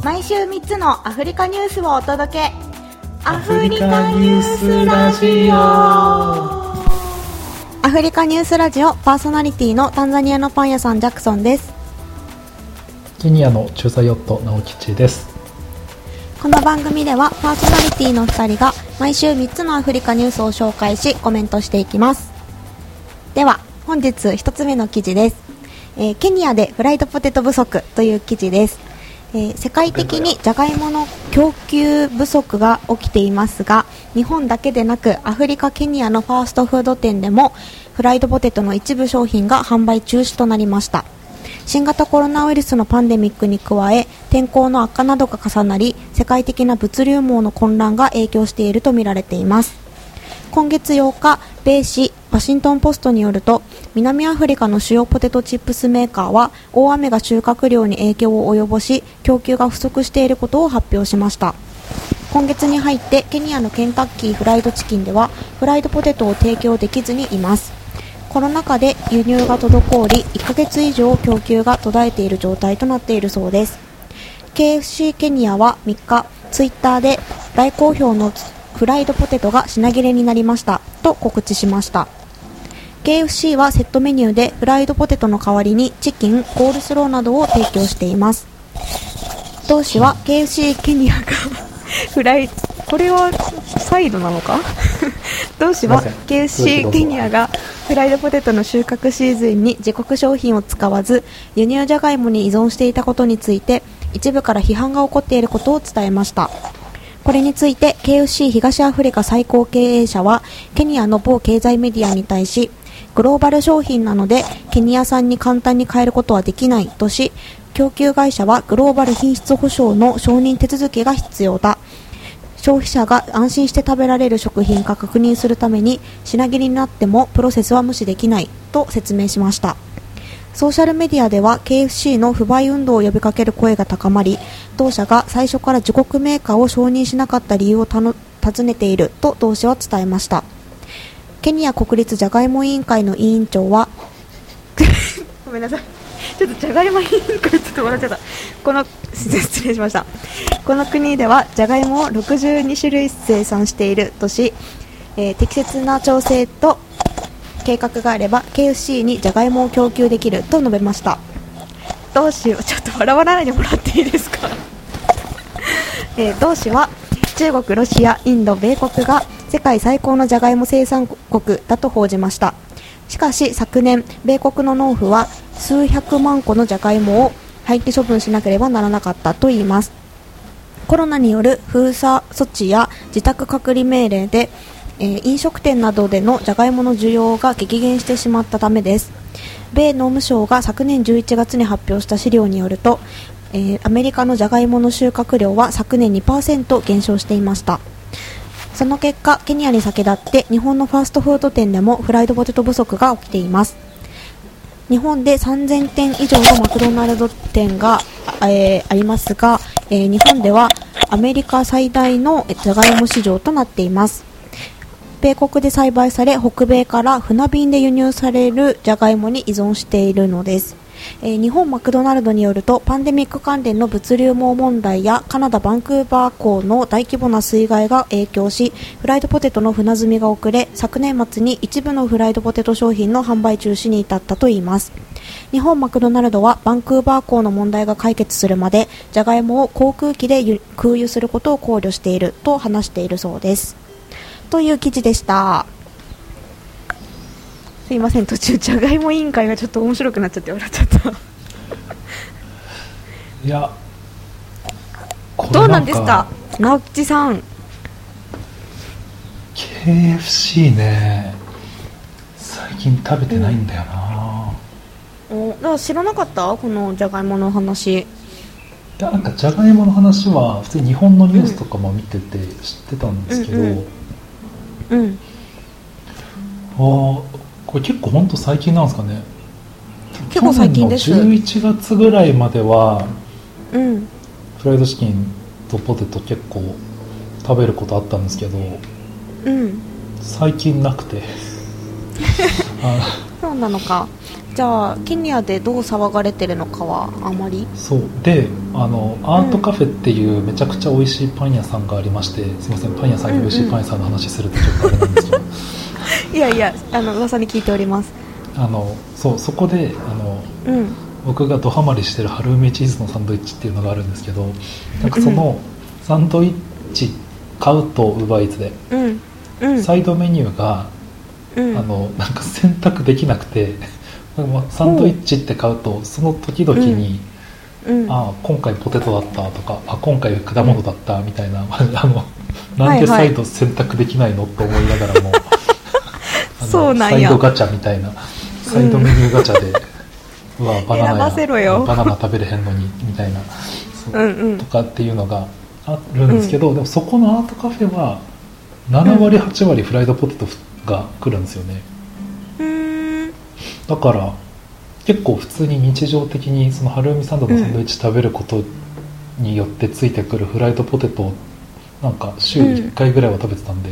毎週3つのアフリカニュースをお届け、アフリカニュースラジオ。アフリカニュースラジオパーソナリティのタンザニアのパン屋さんジャクソンです。 ケニアの駐在ヨット直吉です。 この番組ではパーソナリティの2人が毎週3つのアフリカニュースを紹介しコメントしていきます。では本日1つ目の記事です。ケニアでフライドポテト不足という記事です。世界的にジャガイモの供給不足が起きていますが、日本だけでなくアフリカ・ケニアのファーストフード店でもフライドポテトの一部商品が販売中止となりました。新型コロナウイルスのパンデミックに加え、天候の悪化などが重なり、世界的な物流網の混乱が影響しているとみられています。今月8日、米紙ワシントンポストによると、南アフリカの主要ポテトチップスメーカーは大雨が収穫量に影響を及ぼし、供給が不足していることを発表しました。今月に入ってケニアのケンタッキーフライドチキンではフライドポテトを提供できずにいます。コロナ禍で輸入が滞り、1ヶ月以上供給が途絶えている状態となっているそうです。 KFC ケニアは3日ツイッターで大好評のフライドポテトが品切れになりましたと告知しました。 KFC はセットメニューでフライドポテトの代わりにチキン、コールスローなどを提供しています。同紙は KFC ケニアがこれはサイドなのか同紙は KFC ケニアがフライドポテトの収穫シーズンに自国商品を使わず輸入ジャガイモに依存していたことについて、一部から批判が起こっていることを伝えました。これについて KFC 東アフリカ最高経営者はケニアの某経済メディアに対し、グローバル商品なのでケニア産に簡単に変えることはできないとし、供給会社はグローバル品質保証の承認手続きが必要だ、消費者が安心して食べられる食品か確認するために品切れになってもプロセスは無視できないと説明しました。ソーシャルメディアでは KFC の不買運動を呼びかける声が高まり、同社が最初から自国メーカーを承認しなかった理由を尋ねていると同社は伝えました。ケニア国立ジャガイモ委員会の委員長はごめんなさい、ちょっとジャガイモ委員会ちょっと笑っちゃった。失礼しました。この国ではジャガイモを62種類生産しているとし、適切な調整と計画があれば KFC にジャガイモを供給できると述べました。同紙はちょっと笑わないでもらっていいですか同紙は中国、ロシア、インド、米国が世界最高のジャガイモ生産国だと報じました。しかし昨年、米国の農夫は数百万個のジャガイモを廃棄処分しなければならなかったといいます。コロナによる封鎖措置や自宅隔離命令で、飲食店などでのジャガイモの需要が激減してしまったためです。米農務省が昨年11月に発表した資料によると、アメリカのジャガイモの収穫量は昨年 2% 減少していました。その結果、ケニアに先立って日本のファーストフード店でもフライドポテト不足が起きています。日本で3000店以上のマクドナルド店が、ありますが、日本ではアメリカ最大のジャガイモ市場となっています。米国で栽培され、北米から船便で輸入されるジャガイモに依存しているのです。日本マクドナルドによると、パンデミック関連の物流網問題やカナダバンクーバー港の大規模な水害が影響し、フライドポテトの船積みが遅れ、昨年末に一部のフライドポテト商品の販売中止に至ったといいます。日本マクドナルドはバンクーバー港の問題が解決するまでジャガイモを航空機で空輸することを考慮していると話しているそうです。という記事でした。すいません、途中ジャガイモ委員会がちょっと面白くなっちゃって笑っちゃったいや、 どうなんですか直吉さん。 KFC ね、最近食べてないんだよな、 だから知らなかったこのジャガイモの話。 いや、なんかジャガイモの話は普通に日本のニュースとかも見てて知ってたんですけど、これ結構本当最近なんですかね。 結構最近です。 去年の11月ぐらいまでは、フライドチキンとポテト結構食べることあったんですけど、最近なくてそうなのか。 じゃあケニアでどう騒がれてるのかはあまり。 そうでアートカフェっていうめちゃくちゃ美味しいパン屋さんがありまして、すいません、パン屋さんに美味しいパン屋さんの話するとちょっとあれなんですけどいやいや、噂に聞いております。 そこで僕がドハマりしてるハルウミチーズのサンドイッチっていうのがあるんですけど、なんかそのサンドイッチ買うとウーバーイーツで、サイドメニューが、なんか選択できなくてサンドイッチって買うとその時々に、あ今回ポテトだったとか、今回果物だったみたいななんでサイド選択できないのと思いながらもそうなんや、 サイドガチャみたいな、サイドメニューガチャで、うわバナナやバナナ食べれへんのにみたいなとかっていうのがあるんですけど、でもそこのアートカフェは7割8割フライドポテトが来るんですよね。だから結構普通に日常的にそのハルウミサンドのサンドイッチ食べることによってついてくるフライドポテトをなんか週1回ぐらいは食べてたんで、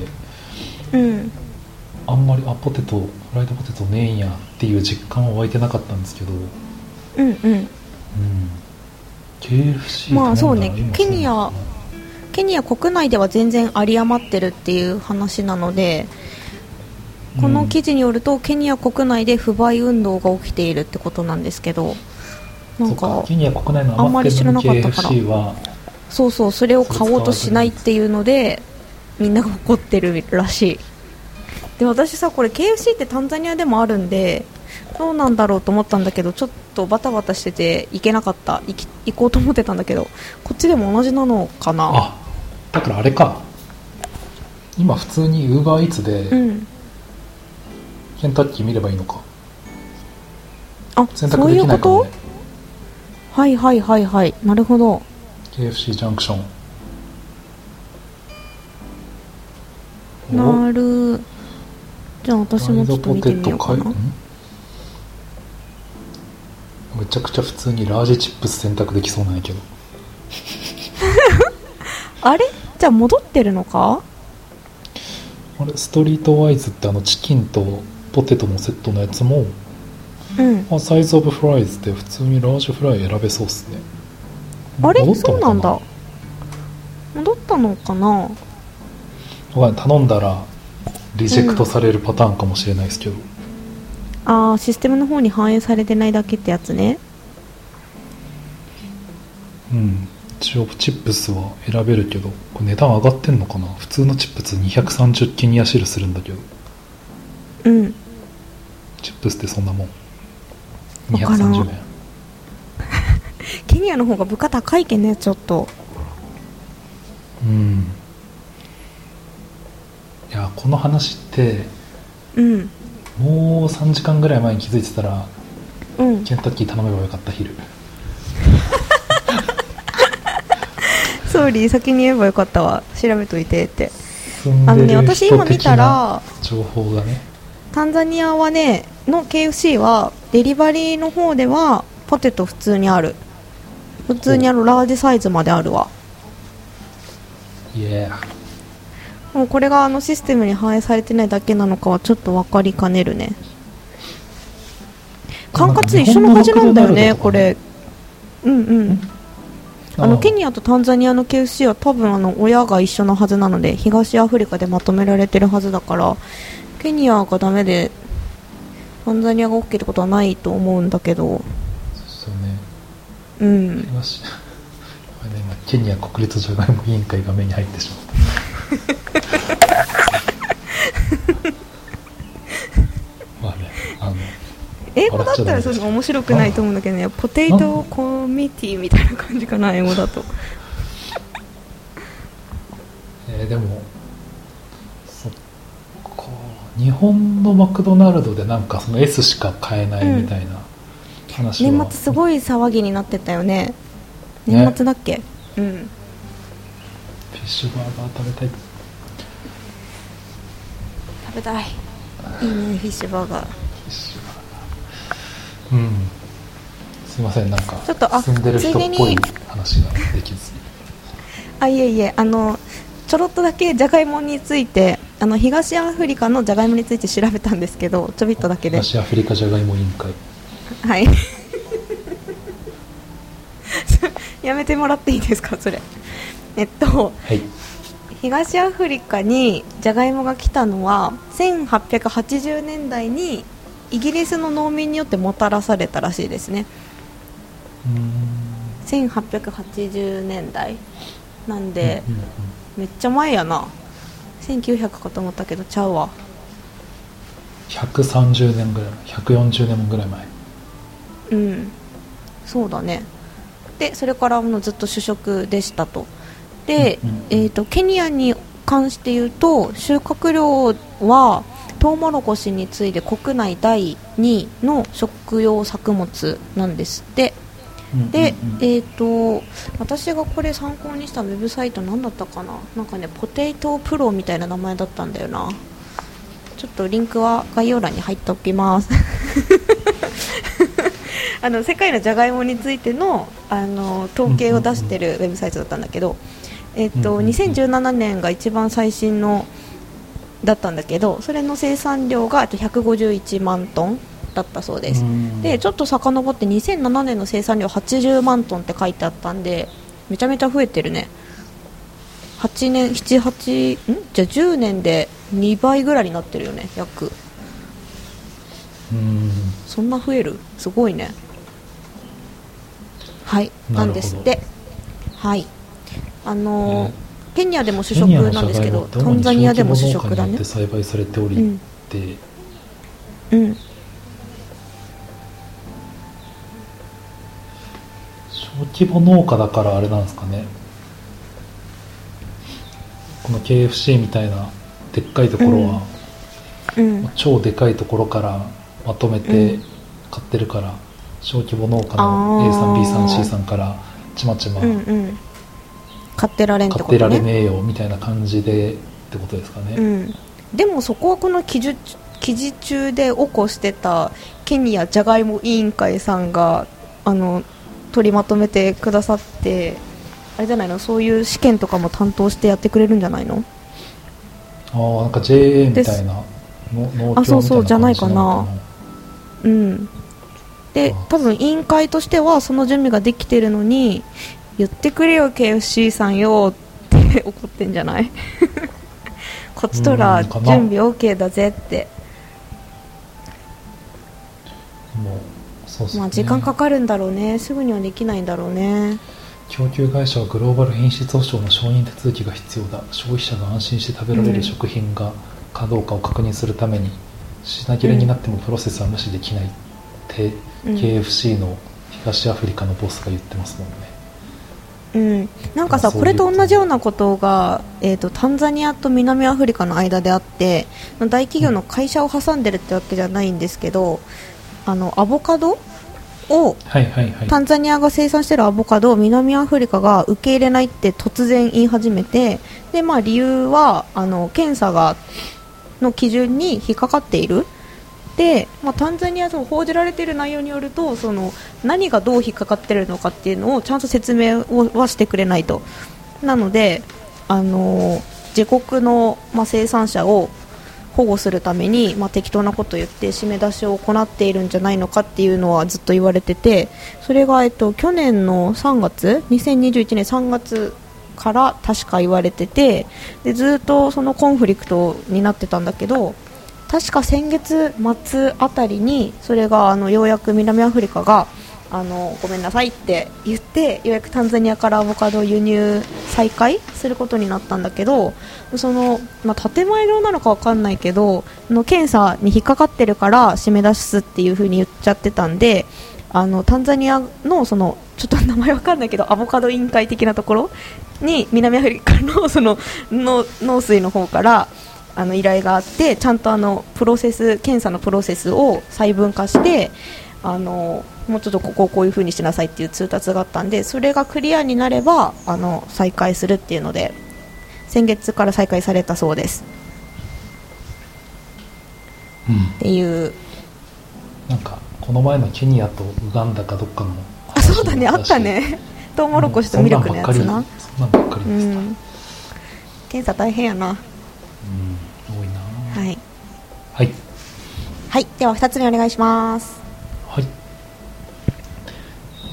あんまりフライドポテトねえんやっていう実感は湧いてなかったんですけど、KFC まあそうね、ケニア国内では全然有り余ってるっていう話なので、この記事によるとケニア国内で不買運動が起きているってことなんですけど、なんかケニア国内のあんまり知らなかったから、 KFC はそうそれを買おうとしないっていうのでみんなが怒ってるらしい。で私さ、これ KFC ってタンザニアでもあるんでどうなんだろうと思ったんだけど、ちょっとバタバタしてて行けなかった。行こうと思ってたんだけど、こっちでも同じなのかな。 だからあれか、今普通に UberEats で、ケンタッキー見ればいいのか。選択できないかもね。 そういうこと？はい、なるほど。 KFC ジャンクション。 なる。じゃあ私もちょっと見てみようかな。 めちゃくちゃ普通にラージチップス選択できそうなんやけどあれ、じゃあ戻ってるのか。 あれ、ストリートワイズってチキンとポテトのセットのやつも、サイズオブフライズで普通にラージフライ選べそうっすね。 あれ、そうなんだ。戻ったのかな。 頼んだらリジェクトされるパターンかもしれないですけど、 システムの方に反映されてないだけってやつね。 一応チップスは選べるけど、これ値段上がってんのかな。普通のチップス230ケニアシルするんだけど、チップスってそんなもん。230円ケニアの方が物価高いけんね、ちょっと。 いや、この話って、もう3時間ぐらい前に気づいてたら、ケンタッキー頼めばよかった。昼ソーリー、先に言えばよかったわ。調べといてって。 私今見たら情報がね、 タンザニアはねの KFC はデリバリーの方ではポテト普通にある。普通にラージサイズまであるわ。もうこれがシステムに反映されてないだけなのかはちょっと分かりかねるね。管轄一緒のはずなんだよね、これ。ケニアとタンザニアの KFC は多分親が一緒のはずなので、東アフリカでまとめられてるはずだから、ケニアがダメでタンザニアが OK ってことはないと思うんだけど。 そうね。今ケニア国立じゃがいも委員会が目に入ってしまったまあね、 英語だったらそんな面白くないと思うんだけどね。ポテトコミティみたいな感じかな、英語だと。 でもそっか、日本のマクドナルドでなんかその S しか買えないみたいな話は、 年末すごい騒ぎになってたよね。年末だっけ。フィッシュバーガー食べたい。 食べたい。いいね、フィッシュバーガー。 すいません、なんかちょっと住んでる人っぽい話ができず。 いえちょろっとだけジャガイモについて、東アフリカのジャガイモについて調べたんですけど、ちょびっとだけで。 東アフリカジャガイモ委員会。 はいやめてもらっていいですかそれ。はい、東アフリカにジャガイモが来たのは1880年代にイギリスの農民によってもたらされたらしいですね。1880年代なんで、めっちゃ前やな。1900かと思ったけどちゃうわ。 130年ぐらい140年ぐらい前。 うん、そうだね。でそれからもうずっと主食でしたと。で、ケニアに関して言うと収穫量はトウモロコシに次いで国内第2位の食用作物なんですって。で、私がこれ参考にしたウェブサイト何だったかな。なんかねポテトプロみたいな名前だったんだよな。ちょっとリンクは概要欄に入っておきます世界のジャガイモについての、統計を出してるウェブサイトだったんだけど、2017年が一番最新のだったんだけど、それの生産量が151万トンだったそうです。でちょっと遡って2007年の生産量80万トンって書いてあったんで、めちゃめちゃ増えてるね。8年じゃあ10年で2倍ぐらいになってるよね、約。そんな増える？すごいね。はい、なんですって。はい。ケニアでも主食なんですけど、タンザニアでも主食だね。 栽培されておりて、小規模農家だからあれなんですかね。この KFC みたいなでっかいところは、超でかいところからまとめて買ってるから、小規模農家の A さん B さん C さんからちまちま買ってられんってことね。 買ってられねえよみたいな感じでってことですかね。 でもそこはこの記事中で起こしてたケニアジャガイモ委員会さんが取りまとめてくださって、あれじゃないの、そういう試験とかも担当してやってくれるんじゃないの。 なんか JA みたいな農協みたいな感じなのかな。 そうじゃないかな。で多分委員会としてはその準備ができてるのに、言ってくれよ KFC さんよって怒ってんじゃないこっちとら準備 OK だぜって。 そうですね。 時間かかるんだろうね。すぐにはできないんだろうね。 供給会社はグローバル品質保証の承認手続きが必要だ。消費者が安心して食べられる食品がかどうかを確認するために、品切れになってもプロセスは無視できないって、KFC の東アフリカのボスが言ってますもんね。 なんかさ、これと同じようなことが、タンザニアと南アフリカの間であって、大企業の会社を挟んでるってわけじゃないんですけど、アボカドを、タンザニアが生産しているアボカドを南アフリカが受け入れないって突然言い始めて、で、理由は検査の基準に引っかかっている。で、タンザニアでも報じられている内容によると、何がどう引っかかっているのかっていうのをちゃんと説明はしてくれないと。なので自国の、生産者を保護するために、適当なことを言って締め出しを行っているんじゃないのかっていうのはずっと言われてて、それが、去年の2021年3月から確か言われてて、でずっとそのコンフリクトになってたんだけど、確か先月末あたりにそれがようやく南アフリカがごめんなさいって言って、ようやくタンザニアからアボカドを輸入再開することになったんだけど、建前上なのか分かんないけど、検査に引っかかってるから締め出すっていう風に言っちゃってたんで、タンザニアのちょっと名前分かんないけどアボカド委員会的なところに南アフリカの農水の方から依頼があって、ちゃんと検査のプロセスを細分化して、もうちょっとここをこういう風にしなさいっていう通達があったんで、それがクリアになれば再開するっていうので先月から再開されたそうです、っていう。 なんかこの前のケニアとウガンダかどっかのそうだね、あったね。トウモロコシとミルクのやつな。 そんなんばっかりでした。 検査大変やな。 多いな。 はい、では2つ目お願いします。 はい、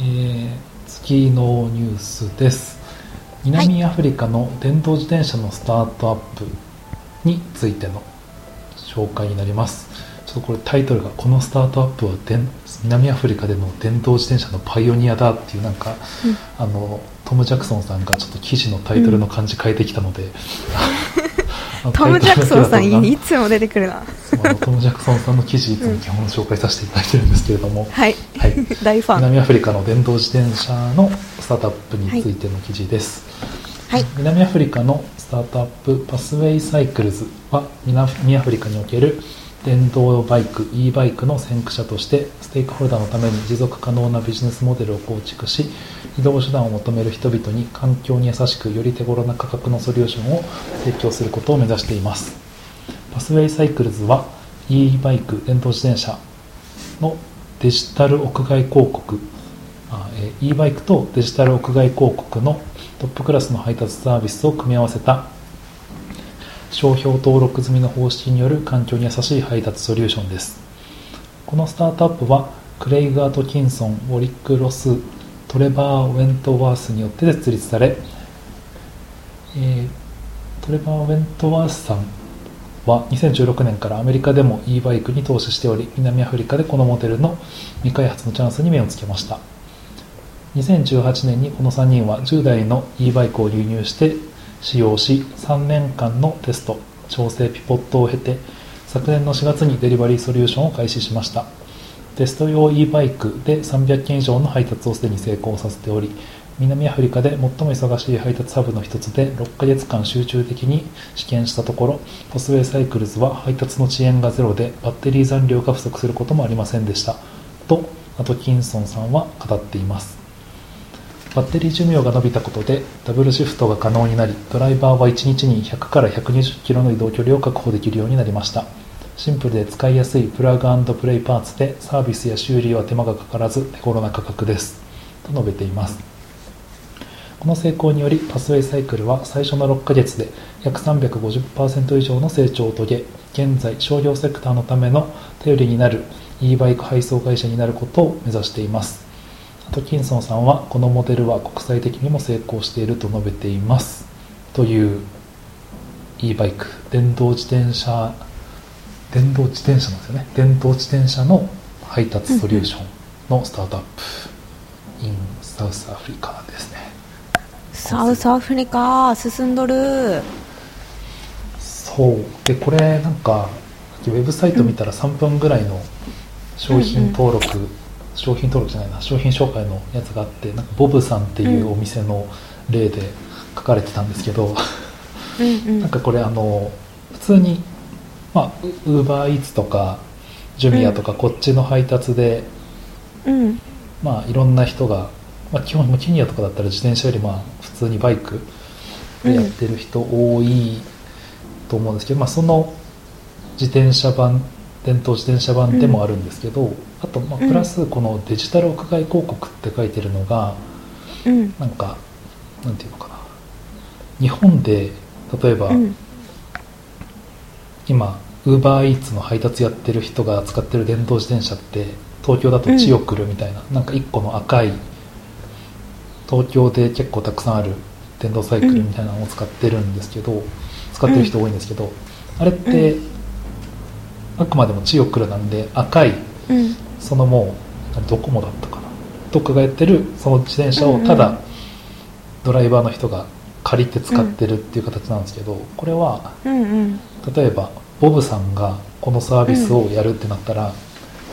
次のニュースです。南アフリカの電動自転車のスタートアップについての紹介になります。ちょっとこれタイトルがこのスタートアップは南アフリカでの電動自転車のパイオニアだっていうなんか、トム・ジャクソンさんがちょっと記事のタイトルの漢字変えてきたので、 トム・ジャクソンさんいつも出てくるな。 トム・ジャクソンさんの記事いつも基本紹介させていただいてるんですけれども、はい、 大ファン。 南アフリカの電動自転車のスタートアップについての記事です。はい、南アフリカのスタートアップパスウェイサイクルズは南アフリカにおける電動バイク e バイクの先駆者としてステークホルダーのために持続可能なビジネスモデルを構築し、移動手段を求める人々に環境に優しくより手頃な価格のソリューションを提供することを目指しています。パスウェイサイクルズは e バイク電動自転車のデジタル屋外広告e バイクとデジタル屋外広告のトップクラスの配達サービスを組み合わせた商標登録済みの方式による環境に優しい配達ソリューションです。このスタートアップはクレイグ・アトキンソン、ウォリック・ロス、トレバー・ウェントワースによって設立され、トレバー・ウェントワースさんは2016年からアメリカでも e バイクに投資しており、南アフリカでこのモデルの未開発のチャンスに目をつけました。2018年にこの3人は10台の e バイクを輸入して使用し、3年間のテスト、調整ピボットを経て、昨年の4月にデリバリーソリューションを開始しました。テスト用 e バイクで300件以上の配達をすでに成功させており、南アフリカで最も忙しい配達ハブの一つで6ヶ月間集中的に試験したところ、パスウェイサイクルズは配達の遅延がゼロでバッテリー残量が不足することもありませんでしたとアトキンソンさんは語っています。バッテリー寿命が伸びたことでダブルシフトが可能になり、ドライバーは1日に100から120キロの移動距離を確保できるようになりました。シンプルで使いやすいプラグ&プレイパーツでサービスや修理は手間がかからず手頃な価格ですと述べています。この成功によりパスウェイサイクルは最初の6ヶ月で約 350% 以上の成長を遂げ、現在商業セクターのための頼りになる e バイク配送会社になることを目指しています。アトキンソンさんはこのモデルは国際的にも成功していると述べていますという e バイク電動自転車なんですよね。電動自転車の配達ソリューションのスタートアップ in サウスアフリカですね。 サウスアフリカ進んどる。 そうで、これなんかウェブサイト見たら3分ぐらいの商品登録じゃないな、商品紹介のやつがあって、なんかボブさんっていうお店の例で書かれてたんですけど、なんかこれ普通にウーバーイーツとかジュミアとかこっちの配達で、いろんな人が、基本ケニアとかだったら自転車より普通にバイクでやってる人多いと思うんですけど、その電動自転車版でもあるんですけど、あとプラスこのデジタル屋外広告って書いてるのが、なんかなんていうのかな、日本で例えば、今ウーバーイーツの配達やってる人が使ってる電動自転車って東京だとチオクルみたいな、なんか1個の赤い東京で結構たくさんある電動サイクルみたいなのを使ってるんですけど、使ってる人多いんですけど、あれって、あくまでもチオクルなんで赤い、そのもうドコモだったかな、どっかがやってるその自転車をただドライバーの人が借りて使ってるっていう形なんですけど、これは、例えばボブさんがこのサービスをやるってなったら、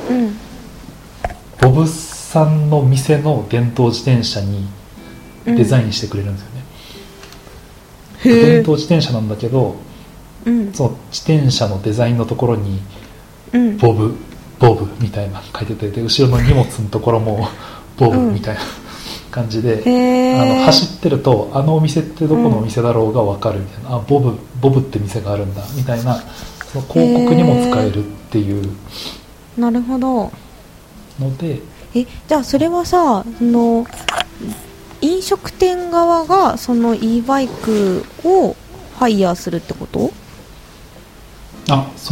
ボブさんの店の電動自転車にデザインしてくれるんですよね。電動自転車なんだけど、その自転車のデザインのところにボブみたいな書いてて、で後ろの荷物のところもボブみたいな感じで、走ってるとあのお店ってどこのお店だろうが分かるみたいな、ボブって店があるんだみたいな、その広告にも使えるっていう。 なるほど。 ので、 じゃあそれはさ、飲食店側がその e バイクをハイヤーするってこと？ そう。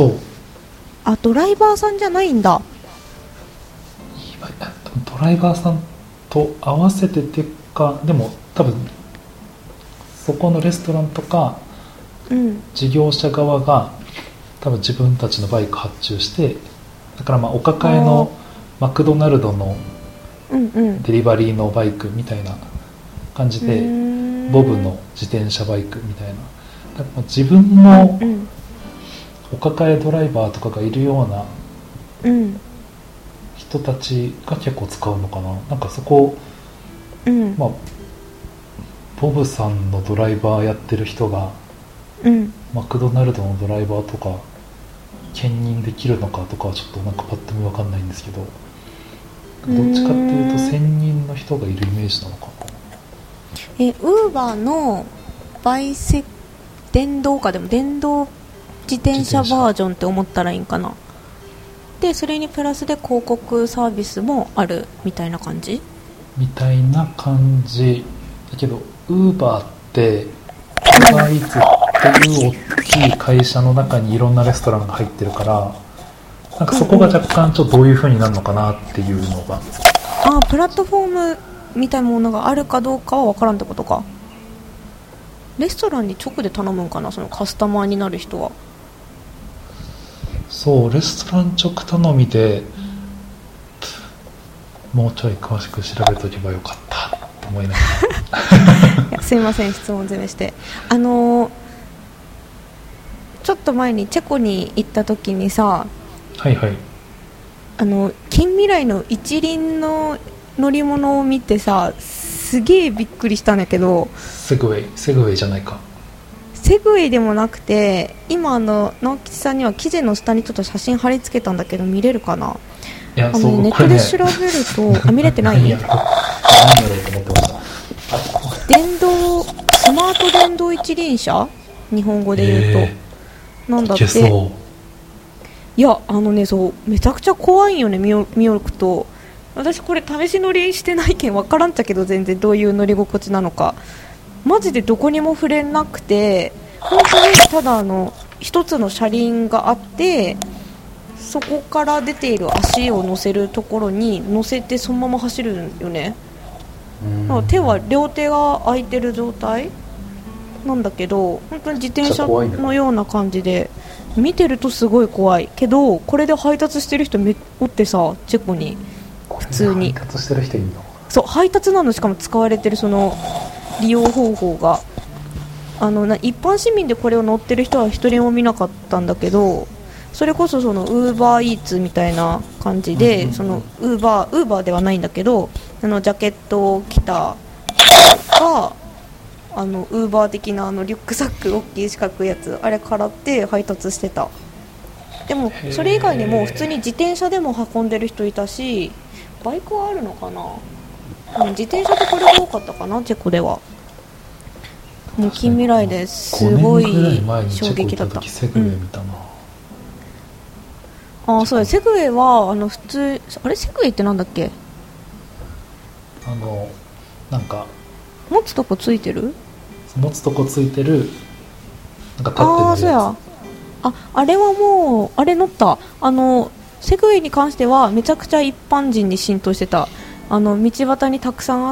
ドライバーさんじゃないんだ。 ドライバーさんと合わせててか、でも多分そこのレストランとか事業者側が多分自分たちのバイク発注して、だからまあお抱えのマクドナルドのデリバリーのバイクみたいな感じで、ボブの自転車バイクみたいな、だから自分のお抱えドライバーとかがいるような人たちが結構使うのかな。なんかそこ、まあボブさんのドライバーやってる人が、マクドナルドのドライバーとか兼任できるのかとかはちょっとなんかパッと見分かんないんですけど、どっちかっていうと専任の人がいるイメージなのかな。 ウーバーの電動化でも電動自転車バージョンって思ったらいいんかな。でそれにプラスで広告サービスもあるみたいな感じみたいな感じだけど、ウーバーってウーバーイーツっていう大きい会社の中にいろんなレストランが入ってるから、なんかそこが若干ちょっとどういう風になるのかなっていうのが、 プラットフォームみたいなものがあるかどうかは分からんってことか。レストランに直で頼むんかな、そのカスタマーになる人は。 そう、レストラン直頼みでもうちょい詳しく調べとけばよかったと思いながらいやすいません、質問攻めして。ちょっと前にチェコに行った時にさ、 はいはい、 近未来の一輪の乗り物を見てさ、すげえびっくりしたんだけど、 セグウェイじゃないか。 セグウェイでもなくて、今直吉さんには記事の下にちょっと写真貼り付けたんだけど見れるかな。 いや、 ネットで調べると、見れてない何やろうと思ってました。 スマート電動一輪車、日本語で言うと、なんだって。いやそうめちゃくちゃ怖いよね、見よくと。私これ試し乗りしてないけん分からんっちゃけど、全然どういう乗り心地なのかマジでどこにも触れなくて、本当にただ一つの車輪があって、そこから出ている足を乗せるところに乗せてそのまま走るよね。両手が空いてる状態なんだけど、本当に自転車のような感じで、見てるとすごい怖いけど、これで配達してる人おってさ、チェコに普通に配達してる人いるの。 そう、配達なの。しかも使われてるその利用方法が一般市民でこれを乗ってる人は一人も見なかったんだけど、それこそそのウーバーイーツみたいな感じで、そのウーバーではないんだけど、ジャケットを着た人がウーバー的なリュックサック、大きい四角いやつ、あれからって配達してた。でもそれ以外にも普通に自転車でも運んでる人いたし、バイクはあるのかな。自転車でこれが多かったかな、チェコでは。もう近未来ですごい衝撃だった。 セグウェイ見たな。 そうだ、セグウェイは普通、あれセグウェイってなんだっけ。 なんか持つとこついてるなんか立ってるやつ。 そうや、あれはもう、あれ乗った。セグウェイに関してはめちゃくちゃ一般人に浸透してた。道端にたくさんあって、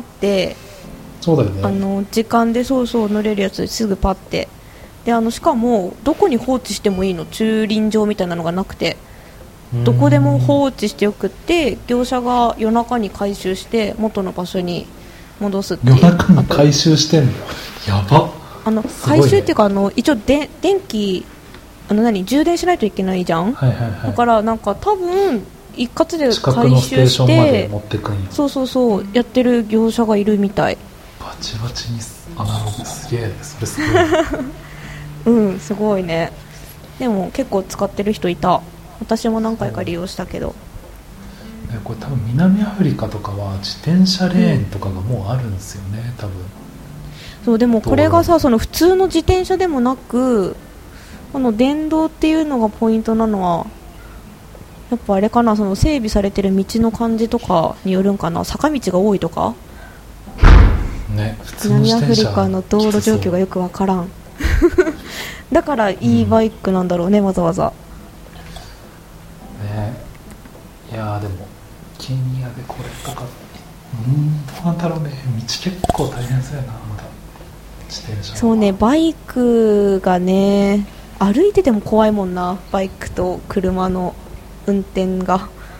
そうだよね、 時間でそう乗れるやつ、すぐパッて。でしかもどこに放置してもいいの、駐輪場みたいなのがなくて、どこでも放置してよくって、業者が夜中に回収して元の場所に戻すっていう。 夜中に回収してんの、やば。 回収っていうか、一応電気充電しないといけないじゃん、だからなんか多分一括で回収して、そうやってる業者がいるみたい。 バチバチにアナログ、すげえ、それすごいすごいね。でも結構使ってる人いた。私も何回か利用したけど。 これ多分南アフリカとかは自転車レーンとかがもうあるんですよね、多分。 そうでもこれがさ、その普通の自転車でもなく、この電動っていうのがポイントなのはやっぱあれかな、その整備されてる道の感じとかによるんかな。坂道が多いとかね、普通の南アフリカの道路状況がよくわからんだからいいバイクなんだろうね、わざわざね。 いやでもケニアでこれとかどうなんだろうね。道結構大変そうやな、まだ自転車。 そうね、バイクがね、歩いてても怖いもんな、バイクと車の運転が。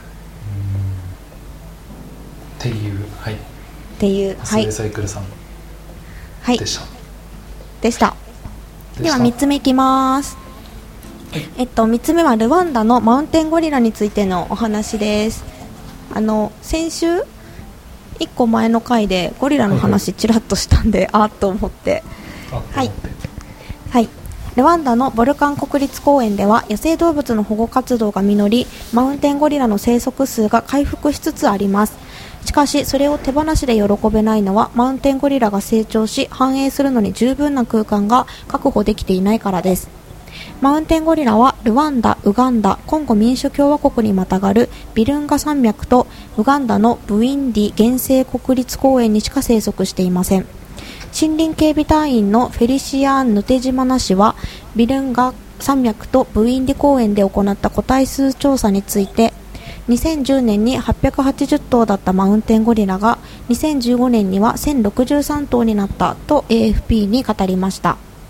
っていう、はい。 っていう、はい。 サイクルさんでした。 でした。では3つ目いきます。はい、3つ目はルワンダのマウンテンゴリラについてのお話です。先週1個前の回でゴリラの話ちらっとしたんで、あっと思って、はい、はい、ルワンダのボルカン国立公園では野生動物の保護活動が実り、マウンテンゴリラの生息数が回復しつつあります。しかしそれを手放しで喜べないのは、マウンテンゴリラが成長し繁栄するのに十分な空間が確保できていないからです。マウンテンゴリラはルワンダ、ウガンダ、コンゴ民主共和国にまたがるビルンガ山脈とウガンダのブインディ原生国立公園にしか生息していません。森林警備隊員のフェリシアン・ヌテジマナ氏は、ビルンガ山脈とブインディ公園で行った個体数調査について、2010年に880頭だったマウンテンゴリラが2015年には1063頭になったと AFP に語りました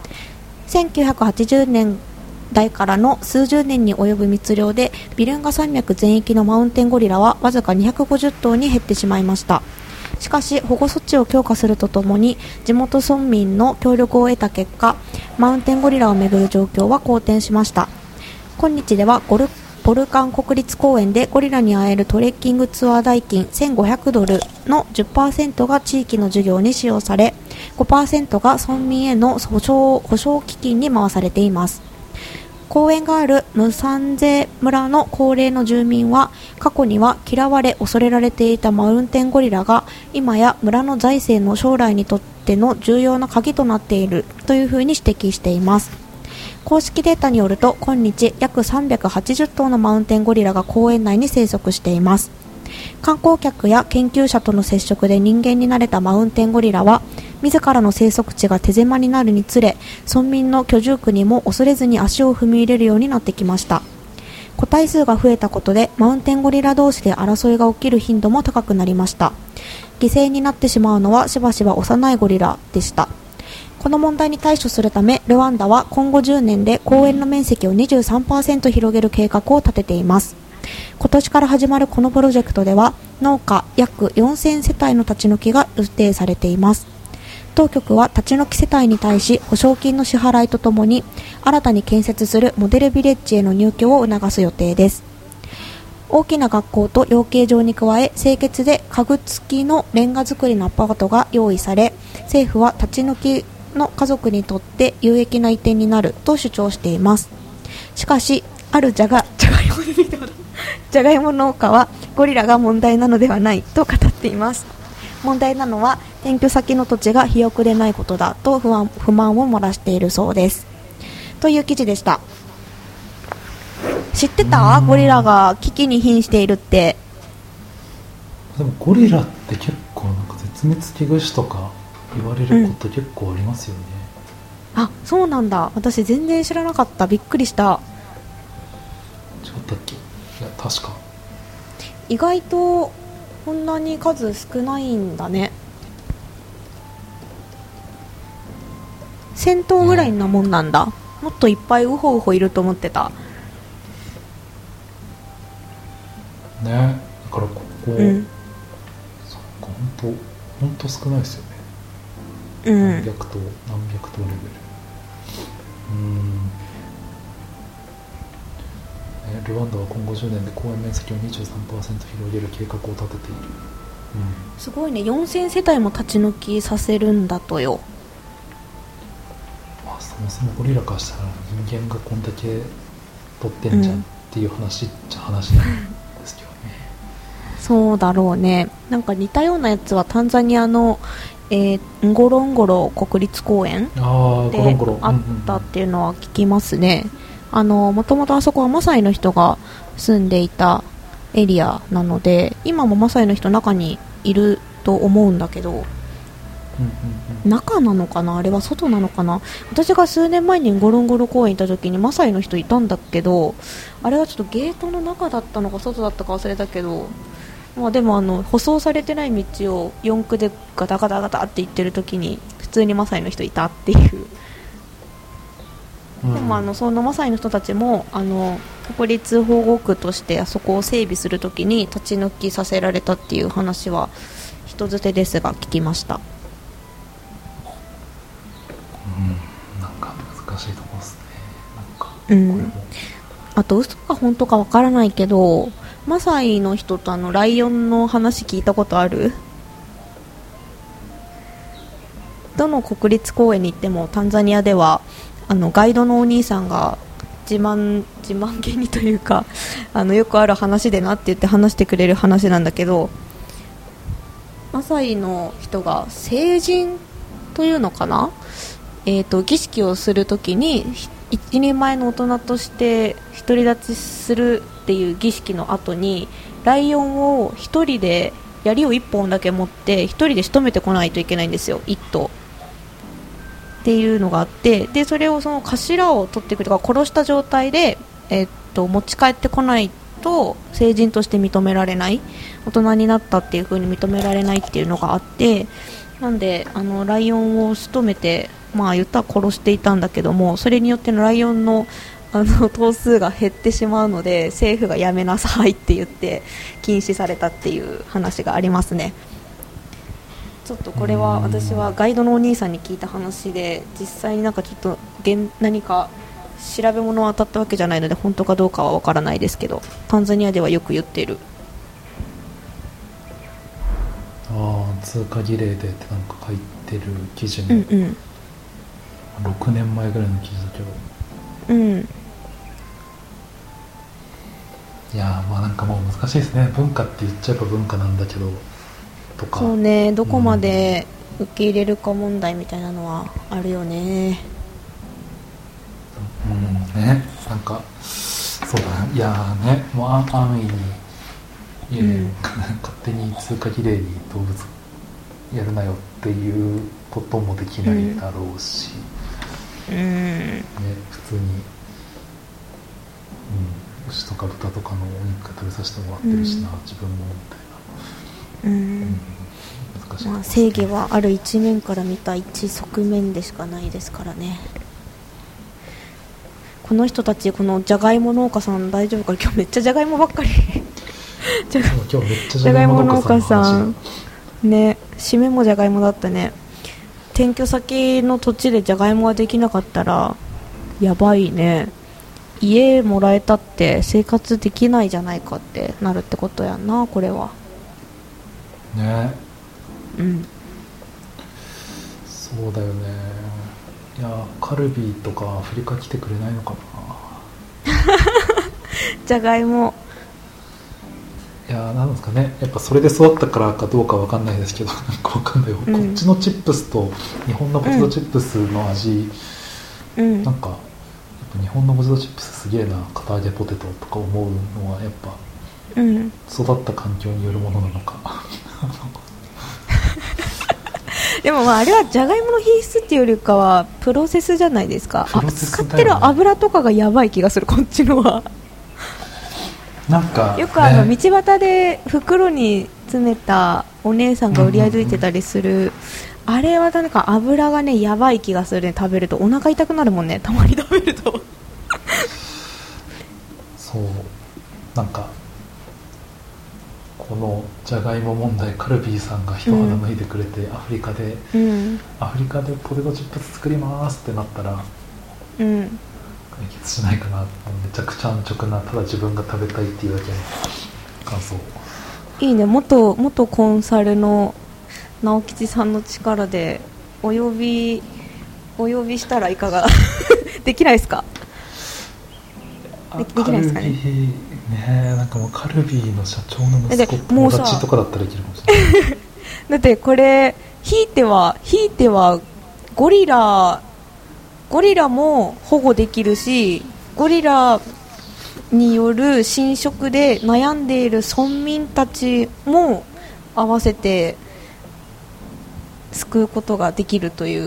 。1980年代からの数十年に及ぶ密猟で、ビルンガ山脈全域のマウンテンゴリラはわずか250頭に減ってしまいました。しかし保護措置を強化するとともに地元村民の協力を得た結果、マウンテンゴリラをめぐる状況は好転しました。今日ではボルカン国立公園でゴリラに会えるトレッキングツアー代金1500ドルの 10% が地域の事業に使用され、5% が村民への補償基金に回されています。公園があるムサンゼ村の高齢の住民は、過去には嫌われ恐れられていたマウンテンゴリラが今や村の財政の将来にとっての重要な鍵となっているというふうに指摘しています。公式データによると、今日約380頭のマウンテンゴリラが公園内に生息しています。観光客や研究者との接触で人間に慣れたマウンテンゴリラは、自らの生息地が手狭になるにつれ、村民の居住区にも恐れずに足を踏み入れるようになってきました。個体数が増えたことでマウンテンゴリラ同士で争いが起きる頻度も高くなりました。犠牲になってしまうのはしばしば幼いゴリラでした。この問題に対処するため、ルワンダは今後10年で公園の面積を 23% 広げる計画を立てています。今年から始まるこのプロジェクトでは、農家約4000世帯の立ち退きが予定されています。当局は立ち退き世帯に対し保証金の支払いとともに、新たに建設するモデルビレッジへの入居を促す予定です。大きな学校と養鶏場に加え、清潔で家具付きのレンガ造りのアパートが用意され、政府は立ち退きの家族にとって有益な移転になると主張しています。しかし、あるじゃがいも農家はゴリラが問題なのではないと語っています。問題なのは転居先の土地が肥沃でないことだと不満を漏らしているそうです。という記事でした。知ってた？ゴリラが危機に瀕しているって。 でもゴリラって結構なんか絶滅危惧種とか言われること結構ありますよね。 あ、そうなんだ。私全然知らなかった。びっくりした。 違ったっけ？いや確か。 意外とこんなに数少ないんだね。1000頭ぐらいなもんなんだ。もっといっぱいウホウホいると思ってた。 ね、だからここ、そっか、本当少ないですよね。何百頭レベル。ルワンダは今後10年で公園面積を 23% 広げる計画を立てている。 すごいね。4000世帯も立ち退きさせるんだとよ。 まあ、そもそもゴリラからしたら人間がこんだけ取ってんじゃんっていう話っちゃ話なんですけどね。 そうだろうね。なんか似たようなやつはタンザニアのンゴロンゴロ国立公園であったっていうのは聞きますね。もともとあそこはマサイの人が住んでいたエリアなので、今もマサイの人中にいると思うんだけど、中なのかな、あれは外なのかな。私が数年前にンゴロンゴロ公園行った時にマサイの人いたんだけど、あれはちょっとゲートの中だったのか外だったか忘れたけど、 まあ、でも舗装されてない道を四駆でガタガタガタって行ってる時に普通にマサイの人いたっていう、でもそのマサイの人たちも国立保護区としてあそこを整備するときに立ち退きさせられたっていう話は人づてですが聞きました。 なんか難しいところですね。 あと嘘か本当かわからないけど、マサイの人とライオンの話聞いたことある？どの国立公園に行ってもタンザニアではガイドのお兄さんが自慢げにというかよくある話でなって言って話してくれる話なんだけど、マサイの人が成人というのかな、儀式をするときに一人前の大人として独り立ちするっていう儀式の後にライオンを一人で槍を一本だけ持って一人で仕留めてこないといけないんですよ、一頭っていうのがあって、でそれをその頭を取っていくとか殺した状態で、持ち帰ってこないと成人として認められない、大人になったっていう風に認められないっていうのがあって、なんでライオンを仕留めて言ったら殺していたんだけども、それによってのライオンの頭数が減ってしまうので政府がやめなさいって言って禁止されたっていう話がありますね。ちょっとこれは私はガイドのお兄さんに聞いた話で、実際になんかちょっと何か調べ物は当たったわけじゃないので本当かどうかはわからないですけど、タンザニアではよく言っている。 通過儀礼でってなんか書いてる記事も、6年前ぐらいの記事だけど、いやなんかもう難しいですね。文化って言っちゃえば文化なんだけどとか、 そうね、どこまで受け入れるか問題みたいなのはあるよね。 ね、なんかそうだね、いやね、もう安易に、勝手に通過儀礼に動物やるなよっていうこともできないだろうし、ね、普通に、牛とか豚とかのお肉食べさせてもらってるしな、自分もみたいな、難しい、 正義はある一面から見た一側面でしかないですからね。この人たち、このじゃがいも農家さん大丈夫かな、今日めっちゃじゃがいもばっかり今日めっちゃじゃがいも農家さんね、締めもじゃがいもだったね。転居先の土地でじゃがいもができなかったらやばいね。家もらえたって生活できないじゃないかってなるってことやんな、これはね。そうだよね。いやカルビーとかアフリカ来てくれないのかなじゃがいも、 いやなんですかね、やっぱそれで育ったからかどうかわかんないですけど、なんかわかんないよ、こっちのチップスと日本のポテトチップスの味、なんかやっぱ日本のポテトチップスすげえな、堅揚げポテトとか思うのはやっぱ、育った環境によるものなのかでもあれはじゃがいもの品質っていうよりかはプロセスじゃないですか。使ってる油とかがやばい気がする、こっちのはなんか、 よく道端で袋に詰めたお姉さんが売り歩いてたりする、あれはなんか油がねやばい気がするね。食べるとお腹痛くなるもんね、たまに食べるとそう、なんかこのじゃがいも問題、カルビーさんが一肌脱いでくれて、アフリカでポテトチップス作りますってなったら、解決しないかな。めちゃくちゃ安直な、ただ自分が食べたいっていうだけの感想。 いいね、元コンサルの直吉さんの力でお呼びしたらいかができないですか？できないですかね。 なんかもうカルビーの社長の息子友達とかだったらできるかもしれないだってこれひいてはゴリラも保護できるし、ゴリラによる侵食で悩んでいる村民たちも合わせて救うことができるという、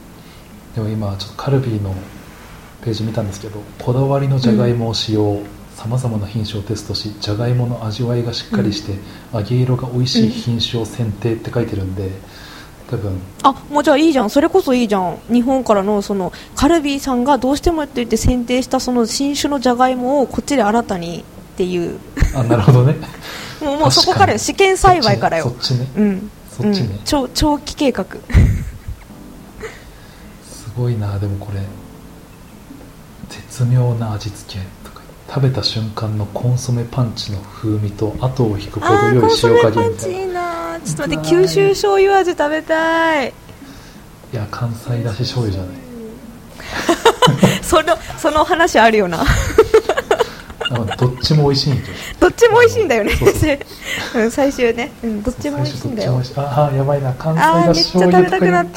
でも今ちょっとカルビーのページ見たんですけど、こだわりのじゃがいもを使用さまざまな品種をテストし、じゃがいもの味わいがしっかりして、揚げ色が美味しい品種を選定って書いてるんで、多分もうじゃあいいじゃん、それこそいいじゃん。日本からのそのカルビーさんがどうしてもって言って選定したその新種のじゃがいもをこっちで新たにっていうなるほどねもうそこからよ、試験栽培からよ。 そっちね、そっちね、 長期計画すごいな。でもこれ絶妙な味付けとか、食べた瞬間のコンソメパンチの風味と後を引く程よい塩加減みたいな。コンソメパンチいいな。ちょっと待って、九州醤油味食べたい。いや、関西だし醤油じゃないその話あるよなどっちも美味しいんだよ。 どっちも美味しいんだよね。 そう最終ね、どっちも美味しいんだよ。 やばいな、関西だし醤油とか言っちゃった。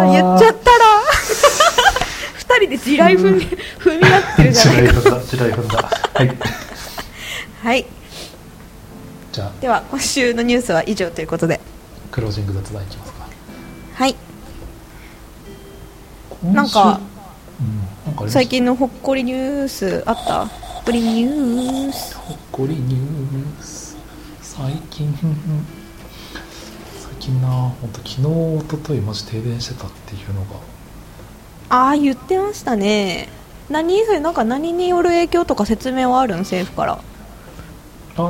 言っちゃったら2人で地雷踏み合ってるじゃないか。 地雷踏んだはいはい、 じゃあでは今週のニュースは以上ということで、 クロージング雑談いきますか。 はい。なんか最近のほっこりニュースあった？ほっこりニュース。 ほっこりニュース。最近な、本当昨日一昨日マジ停電してたっていうのが。 言ってましたね。それなんか何による影響とか説明はあるん？政府から。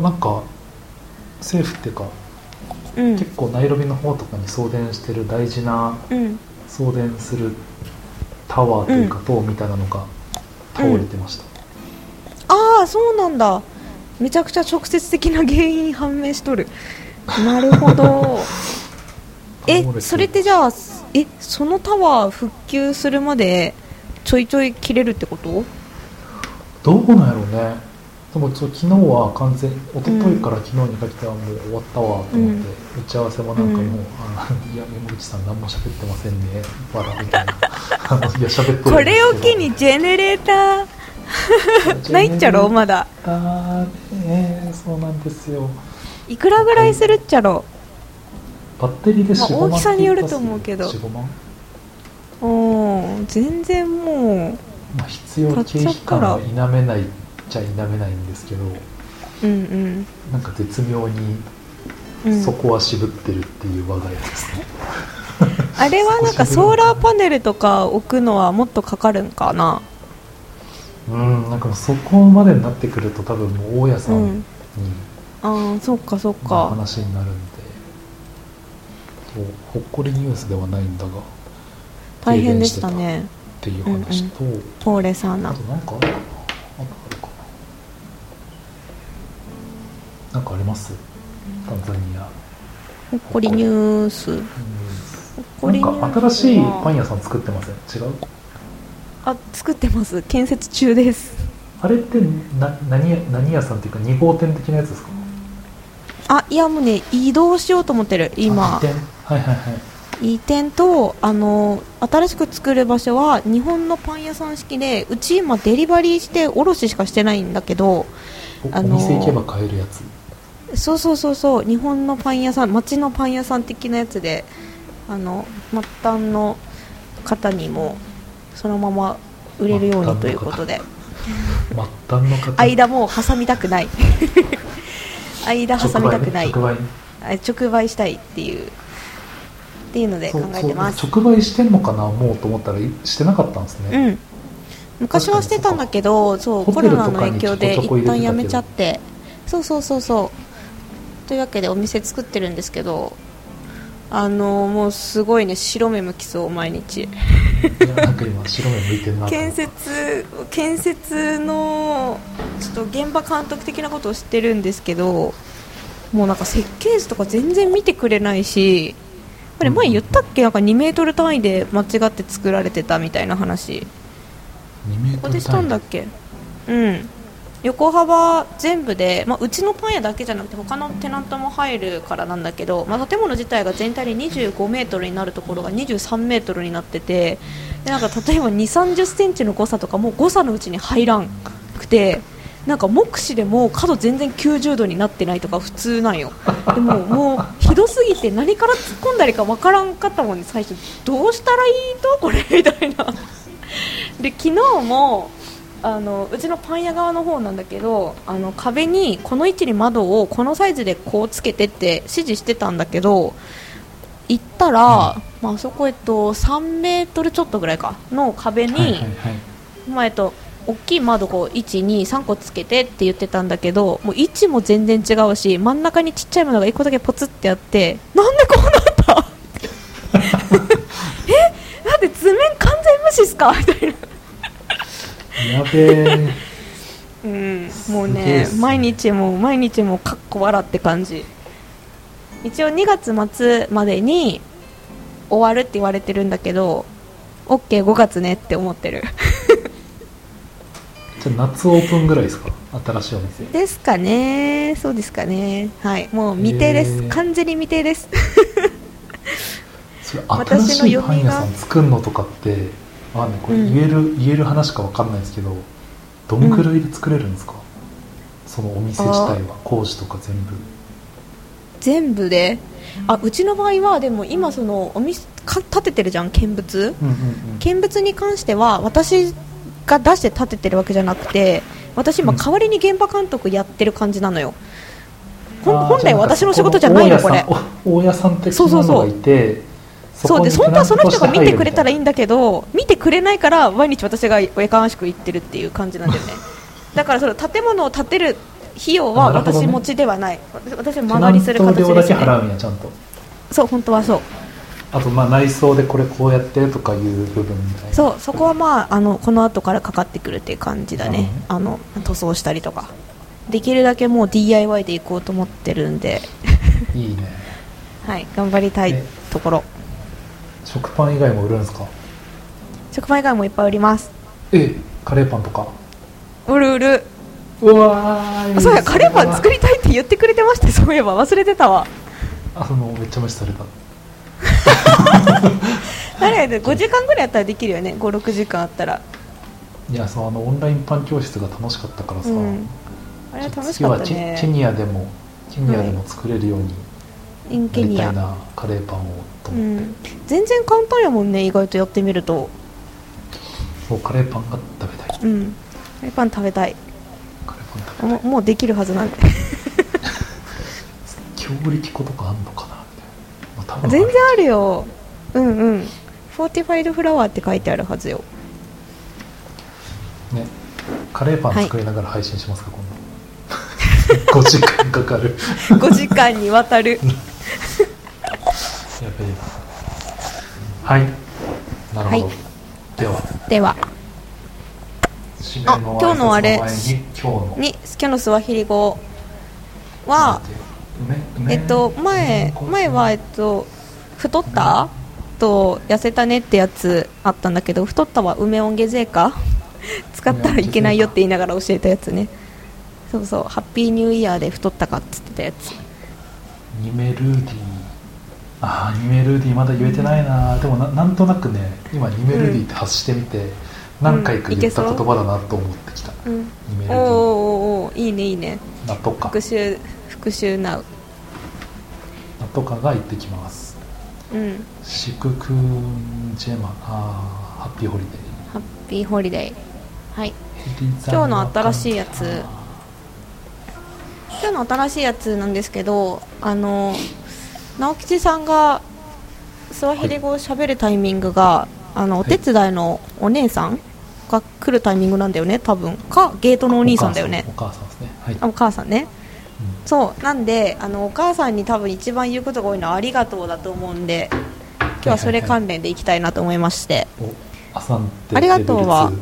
なんか政府っていうか、結構ナイロビの方とかに送電してる大事な、送電するタワーというか塔みたいなのが倒れてました。 そうなんだ。めちゃくちゃ直接的な原因判明しとる。なるほどそれってじゃあそのタワー復旧するまでちょいちょい切れるってこと？ どうなんやろうね。でも昨日は完全、一昨日から昨日にかけてはもう終わったわと思って、打ち合わせもなんかもう、いや山口さん何も喋ってませんねバラみたいないや喋ってるこれを機にジェネレーターないっちゃろまだ。 そうなんですよ。 いくらぐらいするっちゃろ。 バッテリーで4、5万。 大きさによると思うけど。 4、5万。 全然もう、 必要経費感は否めないっちゃ否めないんですけど、なんか絶妙にそこは渋ってるっていう我が家ですね。 あれはなんかソーラーパネルとか置くのはもっとかかるんかな。 なんかそこまでになってくると多分もう大家さんに、 そっかそっか話になるんで、ほっこりニュースではないんだが大変でしたねっていう話と、 ポーレサーナ。 あとなんかあるかな。なんかあります？タンザニアほっこりニュース。 なんか新しいパン屋さん作ってません？違う？ 作ってます。建設中です。 あれって何屋さんっていうか2号店的なやつですか？ いやもうね、移動しようと思ってる今。移転と新しく作る場所は日本のパン屋さん式で、うち今デリバリーして卸しかしてないんだけど、 お店行けば買えるやつ。 そう日本のパン屋さん、町のパン屋さん的なやつで、末端の方にもそのまま売れるようにということで、 末端の方、 間もう挟みたくない間挟みたくない、直売したいっていうので考えてます。 直売してんのかなもうと思ったらしてなかったんですね。 昔はしてたんだけど、コロナの影響で一旦やめちゃって、そうというわけでお店作ってるんですけど、もうすごいね、白目向きそう毎日。 なんか今白目向いてるな。 建設のちょっと現場監督的なことを知ってるんですけど、もうなんか設計図とか全然見てくれないし、あれ前言ったっけ、なんか2メートル単位で間違って作られてたみたいな話。ここでしたんだっけ。横幅全部で、うちのパン屋だけじゃなくて他のテナントも入るからなんだけど、建物自体が全体で25メートルになるところが23メートルになってて、でなんか例えば2、30センチの誤差とかもう誤差のうちに入らんくて、なんか目視でも角全然90度になってないとか普通なんよ。でもうひどすぎて何から突っ込んだりかわからんかったもんね、最初。どうしたらいいとこれみたいな。で昨日もうちのパン屋側の方なんだけど、壁にこの位置に窓をこのサイズでこうつけてって指示してたんだけど、行ったら、あそこ3メートルちょっとぐらいかの壁に、大きい窓こう1、2、3個つけてって言ってたんだけど、もう位置も全然違うし、真ん中にちっちゃいものが1個だけポツってあって、なんでこうなったなんで図面完全無視っすかみたいな。 やべえ、もうね、毎日もかっこ笑って感じ。一応2月末までに終わるって言われてるんだけど、 OK5 月ねって思ってるじゃあ夏オープンぐらいですか、新しいお店ですかね。そうですかね。はい、もう未定です、完全に未定ですそれ新しいパン屋さん作るのとかって、これ言える話か分かんないですけど、どんくらいで作れるんですか、そのお店自体は、工事とか全部で。うちの場合はでも今そのお店建ててるじゃん、見物、見物に関しては私が出して建ててるわけじゃなくて、私今代わりに現場監督やってる感じなのよ。本来私の仕事じゃないのこれ。 大家さん的なのがいて、 そうで、本当はその人が見てくれたらいいんだけど、見てくれないから毎日私がやかましく言ってるっていう感じなんだよねだからその建物を建てる費用は私持ちではない、私は間借りする形ですね。 テナント料だけ払うんや、ちゃんと。 そう、本当はそう。 あと内装でこれこうやってとかいう部分みたいな。 そこはこの後からかかってくるっていう感じだね。塗装したりとかできるだけもう DIY でいこうと思ってるんでいいねはい、頑張りたいところ。 食パン以外も売るんですか？ 食パン以外もいっぱい売ります。 カレーパンとか売る。 うわー、 そうや、カレーパン作りたいって言ってくれてまして、そういえば忘れてたわ。 めっちゃ無視されたあれ5時間ぐらいやったらできるよね、5、6時間あったら。 いや、オンラインパン教室が楽しかったからさ、 あれは楽しかったね。 ケニアでも作れるようになりたいな、カレーパンをと思って、 全然簡単やもんね、意外とやってみると。 そう、カレーパンが食べたい。 カレーパン食べたい。もうできるはずなんで強力粉とかあんのかなみたいな。 全然あるよ。フォーティファイドフラワーって書いてあるはずよね。カレーパン作りながら配信しますか、今度5時間かかる 5時間にわたるやべえな。はい、なるほど、 では今日のあれ、今日のスワヒリ語は前は太ったと痩せたねってやつあったんだけど、太ったは梅音ゲゼーカ使ったらいけないよって言いながら教えたやつね。そうそう、ハッピーニューイヤーで太ったかっつってたやつ。 ニメルーディ、ニメルーディまだ言えてないな。でもなんとなくね、今ニメルーディって発してみて、何回か言った言葉だなと思ってきた。ニメルーディ。 おー、いいねいいね。 ナトカ復習ナウ。 ナトカが言ってきます。シククンジェマ、ハッピーホリデー。 ハッピーホリデー。はい。今日の新しいやつ。今日の新しいやつなんですけど、直吉さんがスワヒリ語を喋るタイミングが、お手伝いのお姉さんが来るタイミングなんだよね、多分。かゲートのお兄さんだよね。 お母さんですね。はい。 お母さんね。そうなんで、お母さんに多分一番言うことが多いのはありがとうだと思うんで、今日はそれ関連でいきたいなと思いまして、ありがとうは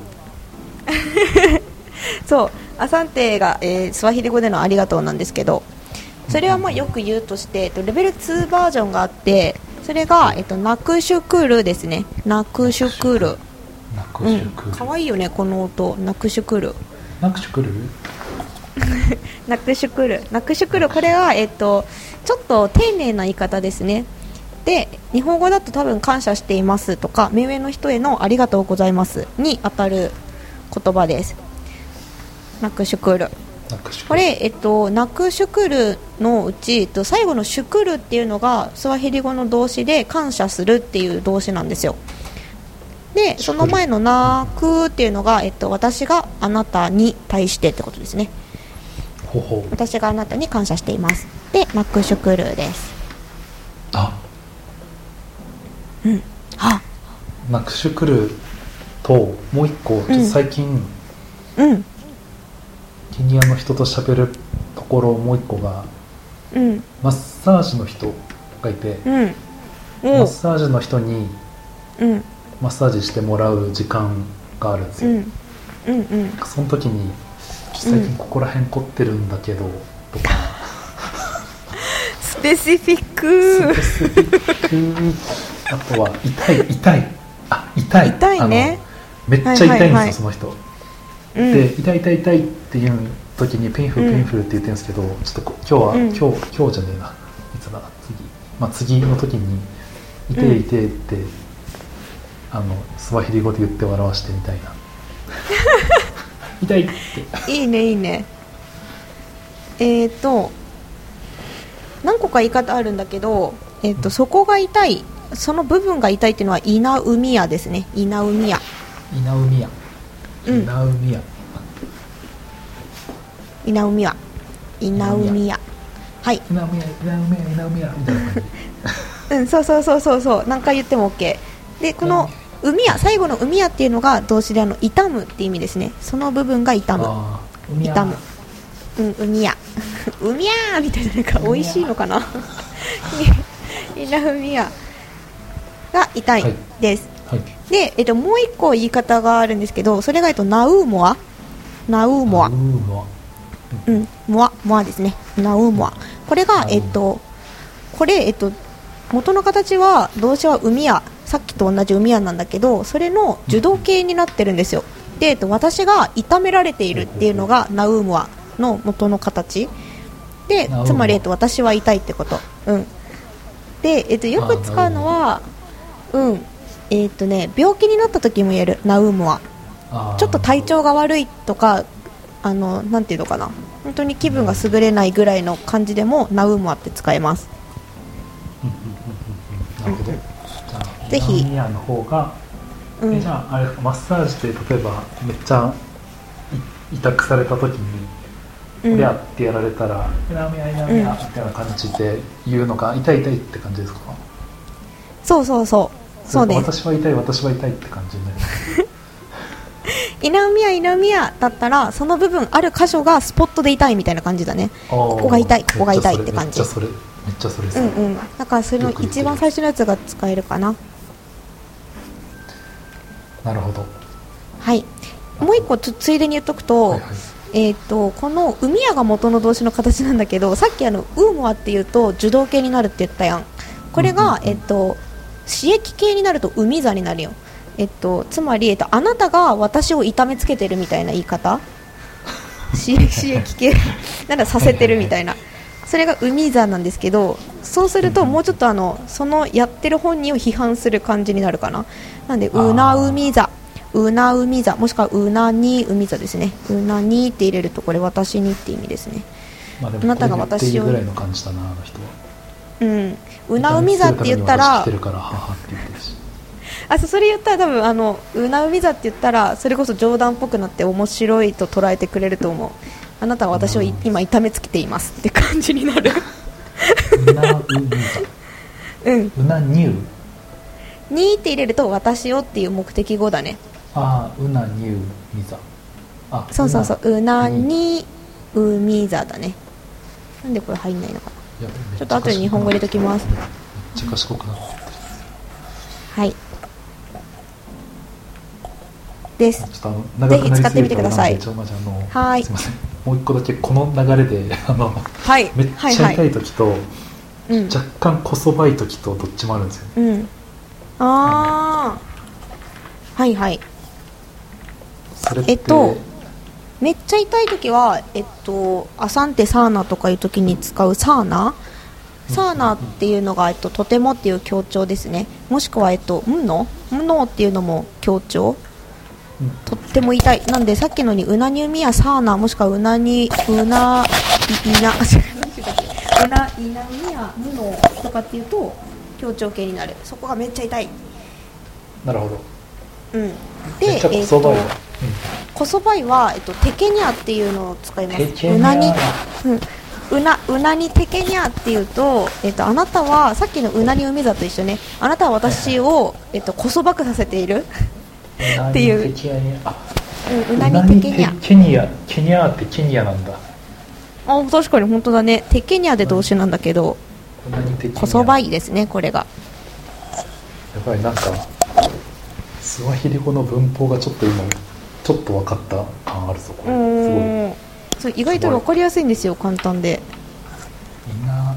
そうアサンテが、スワヒリ語でのありがとうなんですけど、それはよく言うとして、レベル2バージョンがあって、それが、ナクシュクルですね。ナクシュクル。かわいいよねこの音。ナクシュクル。 ナクシュクルナクシュクル。ナクシュクル、これは、ちょっと丁寧な言い方ですね。で、日本語だと多分感謝していますとか、目上の人へのありがとうございますに当たる言葉です。ナクシュクル。これ、ナクシュクルのうち、最後のシュクルっていうのがスワヒリ語の動詞で感謝するっていう動詞なんですよ。 でその前の泣くっていうのが、私があなたに対してってことですね。 ほほう。 私があなたに感謝していますでマクシュクルーです。 マクシュクルーともう一個ちょっと最近、ケニアの人と喋るところもう一個が、マッサージの人がいて、マッサージの人にマッサージしてもらう時間があるんですよ。その時に最近ここら辺凝ってるんだけどとか、 スペシフィック。 あとは痛いね。めっちゃ痛いんですよ、その人。で痛いっていう時にペインフルって言ってるんですけど、ちょっと今日じゃねえな、いつだ次の時に痛いってスワヒリ語で言って笑わしてみたいな。痛いって。いいね。何個か言い方あるんだけど、そこが痛い、その部分が痛いっていうのはイナウミアですね。イナウミア。はい。イナウミアみたいな感じ。そう何回言っても OK で、このウミア、最後のウミアっていうのが動詞で痛むって意味ですね。その部分が痛む。ウミアウミアみたいな、なんか美味しいのかな。イナウミアが痛いです、で、もう一個言い方があるんですけど、それがナウモアモアですね。ナウモア、これが元の形は動詞はウミア、さっきと同じウミアなんだけど、それの受動形になってるんですよ。で、私が痛められているっていうのがナウモアの元の形で、つまり、私は痛いってこと。で、よく使うのは、病気になった時も言える。ナウモア、ちょっと体調が悪いとか、なんていうのかな、本当に気分が優れないぐらいの感じでもナウモアって使えます。 なるほど。 ぜひ。 ナウミアの方が、じゃああれマッサージで例えばめっちゃ痛くされた時に、リャってやられたらナウミアみたいな感じで言うのが痛いって感じですか？そうです。私は痛いって感じになります。 イナウミアだったら、その部分ある箇所がスポットで痛いみたいな感じだね。ここが痛いって感じ。めっちゃそれだからそれの一番最初のやつが使えるかな。 なるほど。 はい。もう一個ついでに言っとくと、このウミアが元の動詞の形なんだけど、さっきウーモアっていうと受動形になるって言ったやん。これが、詞液形になるとウミザになるよ。つまり、あなたが私を痛めつけてるみたいな言い方。詞液形ならさせてるみたいな。それがウミザなんですけど、そうするともうちょっとそのやってる本人を批判する感じになるかな。なんでウナウミザもしくはウナニウミザですね。ウナニって入れるとこれ私にって意味ですね。 あなたが私をぐらいの感じだな、あの人は。 ウナウミザって言ったら、それ言ったら多分ウナウミザって言ったらそれこそ冗談っぽくなって面白いと捉えてくれると思う。あなたは私を今痛めつけていますって感じになる。 ウナウミザ。ウナニュー。 にーって入れると私をっていう目的語だね。 ウナニューミザ。 そうウナニウミザだね。なんでこれ入んないのかな。ちょっと後で日本語入れときます。 めっちゃ賢くなってる。 はい。です。 ちょっとぜひ使ってみてください。 はい。すみません。もう一個だけこの流れでめっちゃ痛い時と、若干こそばい時とどっちもあるんですよ。それってめっちゃ痛い時はアサンテサーナとかいう時に使うサーナっていうのがとてもっていう強調ですね。もしくはムノっていうのも強調。とっても痛い。なんでさっきのにウナニュミアサーナもしくはウナミアムノとかっていうと強調形になる。そこがめっちゃ痛い。 なるほど。 うん。 で、こそばい、 こそばいは、テケニャっていうのを使います。 うなに、 うなにテケニャっていうと、あなたはさっきのうなに海座と一緒ね。あなたは私を、こそばくさせているっていう。うなにテケニャ。 ケニアってケニアなんだ。 あ、確かに本当だね。テケニャで動詞なんだけど、こそばいですね、これが。 やばい、なんかスワヒリ語の文法がちょっと分かった感あるぞ、これ。すごい。 そう、意外と分かりやすいんですよ、簡単で。 みんな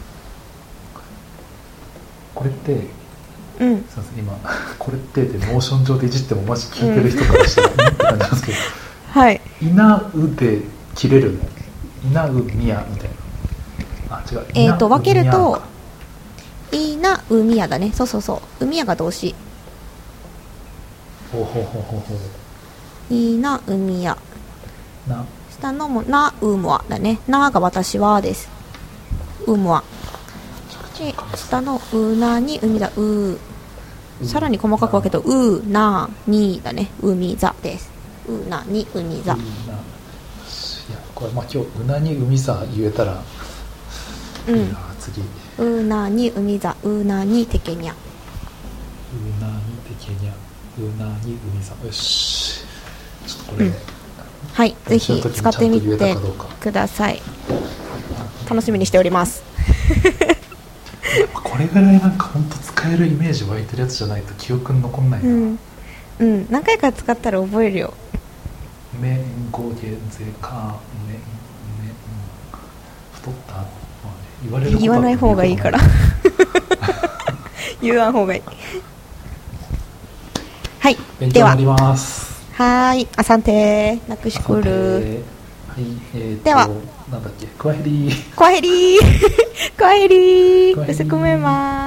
これって、すみません、今これってモーション上でいじってもマジ聞いてる人からしたらって感じなんですけど、 はい。 いなうで切れるの。いなうみやみたいな。あ、違う。 分けるといなうみやだね。そうそうそう。うみやが動詞。 ほうほうほうほうほう。 いなうみや。 な。 下のもなうむわだね。なが私はです。うむわ。で、下のうなに海だ。さらに細かく分けるとうなにだね。海座です。うなに海座。 いや、これ今日うなに海座言えたらいいな。次うなに海座、うなにテケニャ、 うなにテケニャ、うなに海座。よし、ちょっとこれ、 はい、ぜひ使ってみてください。楽しみにしております。 やっぱこれぐらいなんか本当使えるイメージ湧いてるやつじゃないと記憶に残んないな。 何回か使ったら覚えるよ。 めんごげぜかめ太った、まあね、言われることは言わない方がいいから言わん方がいい。はい、 勉強になります。 はい、アサンテーなくしくる。 はい、 ではなんだっけ、クワヘリークワヘリークワヘリー薄くめます。